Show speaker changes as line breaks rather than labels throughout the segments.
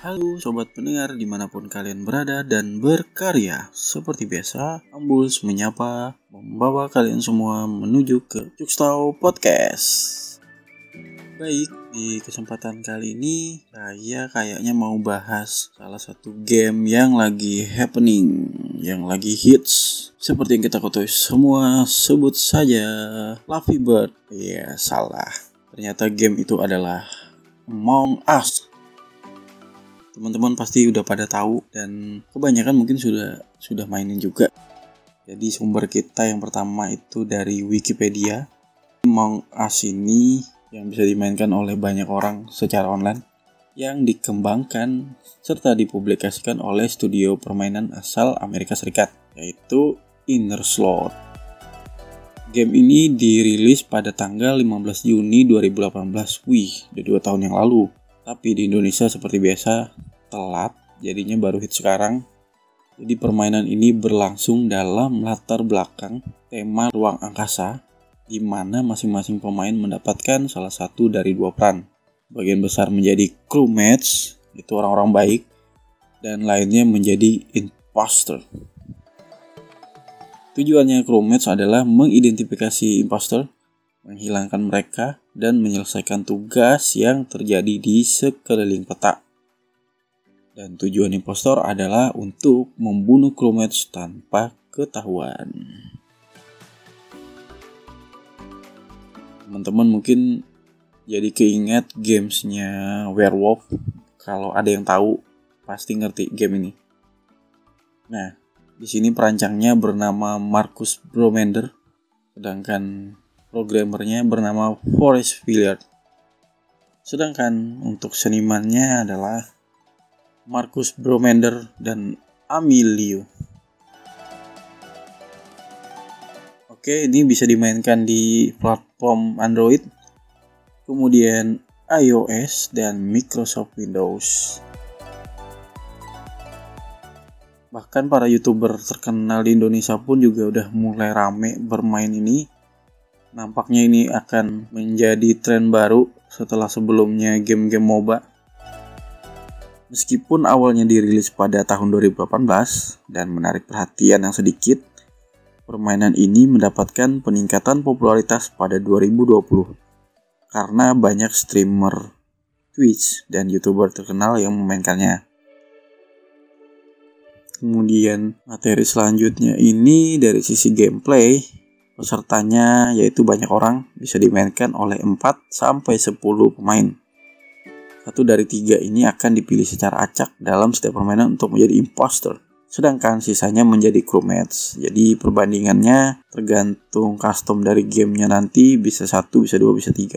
Halo sobat pendengar dimanapun kalian berada dan berkarya. Seperti biasa, Ambulus menyapa membawa kalian semua menuju ke Cukstau Podcast. Baik, di kesempatan kali ini saya kayaknya mau bahas salah satu game yang lagi happening, yang lagi hits. Seperti yang kita ketahui semua, sebut saja Flappy Bird. Ya, salah. Ternyata game itu adalah Among Us. Teman-teman pasti udah pada tahu dan kebanyakan mungkin sudah mainin juga. Jadi sumber kita yang pertama itu dari Wikipedia. Among Us ini yang bisa dimainkan oleh banyak orang secara online, yang dikembangkan serta dipublikasikan oleh studio permainan asal Amerika Serikat, yaitu Inner Sloth. Game ini dirilis pada tanggal 15 Juni 2018. Wih, udah 2 tahun yang lalu. Tapi di Indonesia seperti biasa telat, jadinya baru hit sekarang. Jadi permainan ini berlangsung dalam latar belakang tema ruang angkasa, di mana masing-masing pemain mendapatkan salah satu dari 2 peran. Bagian besar menjadi crewmates, itu orang-orang baik, dan lainnya menjadi imposter. Tujuannya crewmates adalah mengidentifikasi imposter, menghilangkan mereka, dan menyelesaikan tugas yang terjadi di sekeliling peta. Dan tujuan impostor adalah untuk membunuh crewmates tanpa ketahuan. Teman-teman mungkin jadi keinget gamesnya Werewolf. Kalau ada yang tahu, pasti ngerti game ini. Nah, di sini perancangnya bernama Marcus Bromander, sedangkan programmernya bernama Forrest Willard. Sedangkan untuk senimannya adalah Marcus Bromander dan Amy Liu. Oke, ini bisa dimainkan di platform Android, kemudian iOS dan Microsoft Windows. Bahkan para YouTuber terkenal di Indonesia pun juga udah mulai rame bermain ini. Nampaknya ini akan menjadi tren baru setelah sebelumnya game-game MOBA. Meskipun awalnya dirilis pada tahun 2018 dan menarik perhatian yang sedikit, permainan ini mendapatkan peningkatan popularitas pada 2020 karena banyak streamer Twitch dan YouTuber terkenal yang memainkannya. Kemudian materi selanjutnya ini dari sisi gameplay, pesertanya yaitu banyak orang, bisa dimainkan oleh 4-10 pemain. 1 dari 3 ini akan dipilih secara acak dalam setiap permainan untuk menjadi imposter, sedangkan sisanya menjadi crewmates. Jadi perbandingannya tergantung custom dari gamenya nanti, bisa 1, bisa 2, bisa 3.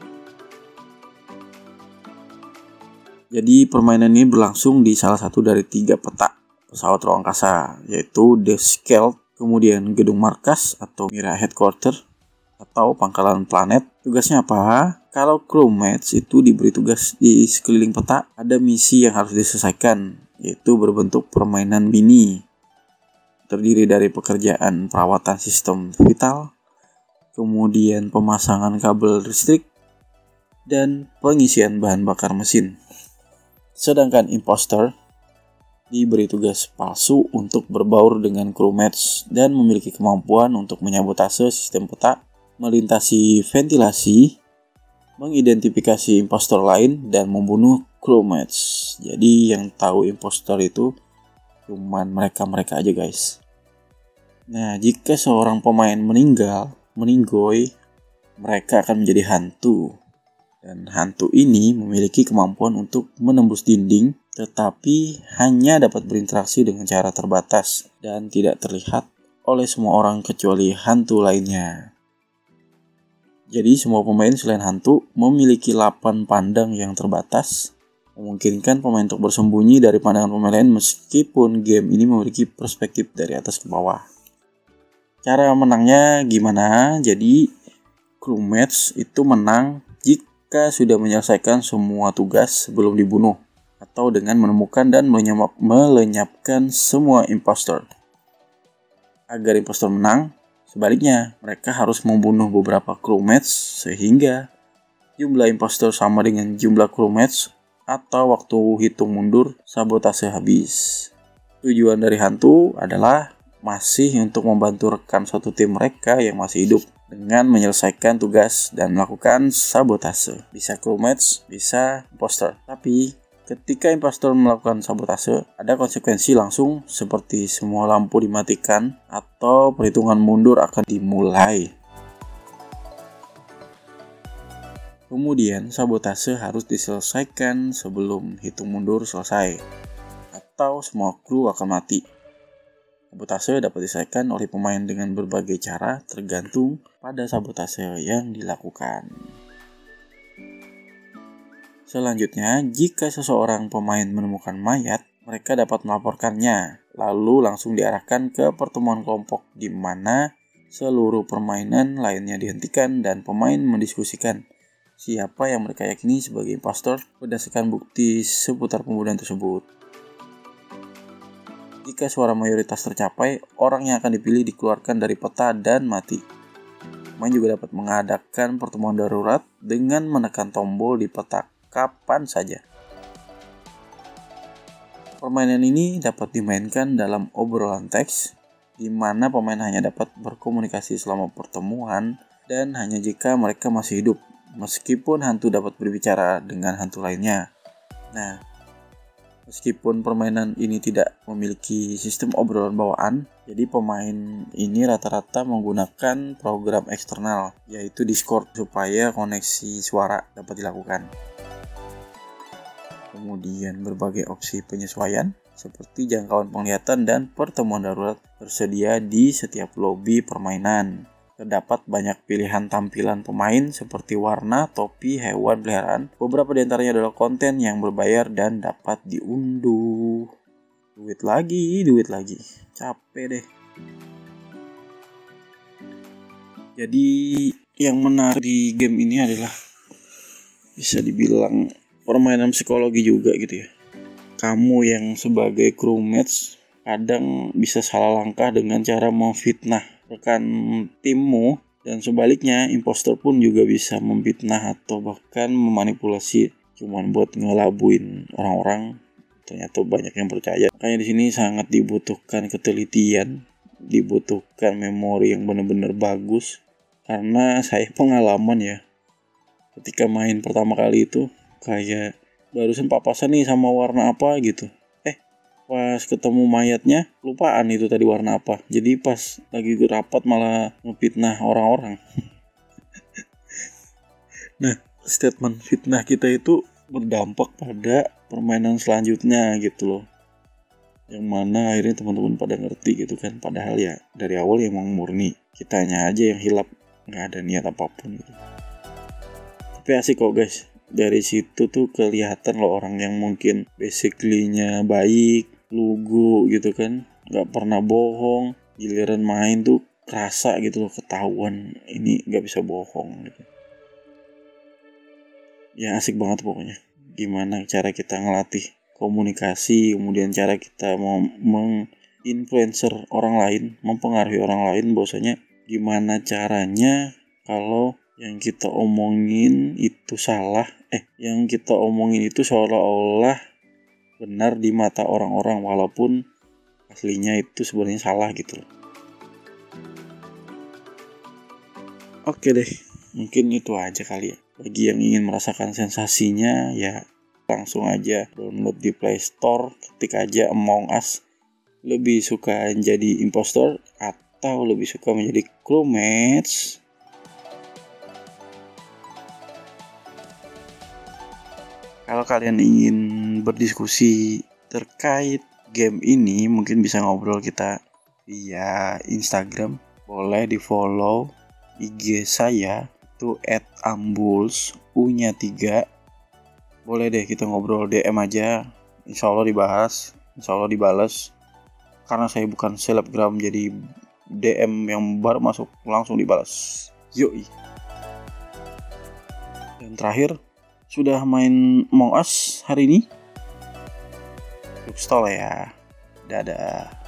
Jadi permainan ini berlangsung di salah satu dari 3 peta pesawat ruang angkasa, yaitu The Scaled, kemudian gedung markas atau Mira Headquarter, atau pangkalan planet. Tugasnya apa? Kalau crewmates itu diberi tugas di sekeliling peta, ada misi yang harus diselesaikan, yaitu berbentuk permainan mini. Terdiri dari pekerjaan perawatan sistem vital, kemudian pemasangan kabel listrik, dan pengisian bahan bakar mesin. Sedangkan imposter diberi tugas palsu untuk berbaur dengan crewmates dan memiliki kemampuan untuk menyabotase sistem peta, melintasi ventilasi, mengidentifikasi impostor lain, dan membunuh crewmates. Jadi yang tahu impostor itu cuman mereka-mereka aja guys. Nah, jika seorang pemain meninggoy, mereka akan menjadi hantu. Dan hantu ini memiliki kemampuan untuk menembus dinding, tetapi hanya dapat berinteraksi dengan cara terbatas dan tidak terlihat oleh semua orang kecuali hantu lainnya. Jadi semua pemain selain hantu memiliki lapan pandang yang terbatas, memungkinkan pemain untuk bersembunyi dari pandangan pemain lain meskipun game ini memiliki perspektif dari atas ke bawah. Cara menangnya gimana? Jadi crewmates itu menang jika sudah menyelesaikan semua tugas sebelum dibunuh, atau dengan menemukan dan melenyapkan semua impostor. Agar impostor menang, sebaliknya mereka harus membunuh beberapa crewmates sehingga jumlah impostor sama dengan jumlah crewmates atau waktu hitung mundur sabotase habis. Tujuan dari hantu adalah masih untuk membantu rekan suatu tim mereka yang masih hidup dengan menyelesaikan tugas dan melakukan sabotase. Bisa crewmates, bisa imposter. Tapi ketika impostor melakukan sabotase, ada konsekuensi langsung seperti semua lampu dimatikan atau perhitungan mundur akan dimulai. Kemudian sabotase harus diselesaikan sebelum hitung mundur selesai, atau semua kru akan mati. Sabotase dapat diselesaikan oleh pemain dengan berbagai cara tergantung pada sabotase yang dilakukan. Selanjutnya, jika seseorang pemain menemukan mayat, mereka dapat melaporkannya, lalu langsung diarahkan ke pertemuan kelompok di mana seluruh permainan lainnya dihentikan dan pemain mendiskusikan siapa yang mereka yakini sebagai impostor berdasarkan bukti seputar pembunuhan tersebut. Jika suara mayoritas tercapai, orang yang akan dipilih dikeluarkan dari peta dan mati. Pemain juga dapat mengadakan pertemuan darurat dengan menekan tombol di peta kapan saja. Permainan ini dapat dimainkan dalam obrolan teks, di mana pemain hanya dapat berkomunikasi selama pertemuan dan hanya jika mereka masih hidup, meskipun hantu dapat berbicara dengan hantu lainnya. Nah, meskipun permainan ini tidak memiliki sistem obrolan bawaan, jadi pemain ini rata-rata menggunakan program eksternal, yaitu Discord, supaya koneksi suara dapat dilakukan. Kemudian berbagai opsi penyesuaian seperti jangkauan penglihatan dan pertemuan darurat tersedia di setiap lobi permainan. Terdapat banyak pilihan tampilan pemain seperti warna, topi, hewan peliharaan. Beberapa di antaranya adalah konten yang berbayar dan dapat diunduh. Duit lagi. Capek deh. Jadi yang menarik di game ini adalah bisa dibilang permainan psikologi juga gitu ya. Kamu yang sebagai crewmates kadang bisa salah langkah dengan cara memfitnah rekan timmu, dan sebaliknya impostor pun juga bisa memfitnah atau bahkan memanipulasi cuman buat ngelabuin orang-orang. Ternyata banyak yang percaya. Makanya di sini sangat dibutuhkan ketelitian, dibutuhkan memori yang benar-benar bagus. Karena saya pengalaman ya, ketika main pertama kali itu kayak barusan papasan nih sama warna apa gitu. Pas ketemu mayatnya lupaan itu tadi warna apa. Jadi pas lagi rapat malah ngefitnah orang-orang. Nah, statement fitnah kita itu berdampak pada permainan selanjutnya gitu loh. Yang mana akhirnya teman-teman pada ngerti gitu kan. Padahal ya dari awal emang murni kitanya aja yang hilap, nggak ada niat apapun gitu. Tapi asik kok guys. Dari situ tuh kelihatan loh orang yang mungkin basically-nya baik, lugu gitu kan, gak pernah bohong, giliran main tuh kerasa gitu loh, ketahuan ini gak bisa bohong gitu. Ya asik banget pokoknya. Gimana cara kita ngelatih komunikasi, kemudian cara kita mau menginfluencer orang lain, mempengaruhi orang lain, bahwasanya gimana caranya kalau yang kita omongin itu salah, yang kita omongin itu seolah-olah benar di mata orang-orang walaupun aslinya itu sebenarnya salah gitu. Oke deh, mungkin itu aja kali ya. Bagi yang ingin merasakan sensasinya ya langsung aja download di Play Store, ketik aja Among Us. Lebih suka jadi impostor atau lebih suka menjadi crewmates? Kalau kalian ingin berdiskusi terkait game ini, mungkin bisa ngobrol kita via Instagram. Boleh di follow IG saya, itu @ambuls, U-nya 3. Boleh deh kita ngobrol, DM aja. Insya Allah dibahas, insya Allah dibales. Karena saya bukan selebgram, jadi DM yang baru masuk langsung dibalas. Yoi. Dan terakhir, sudah main Among Us hari ini? Stall ya. Dadah.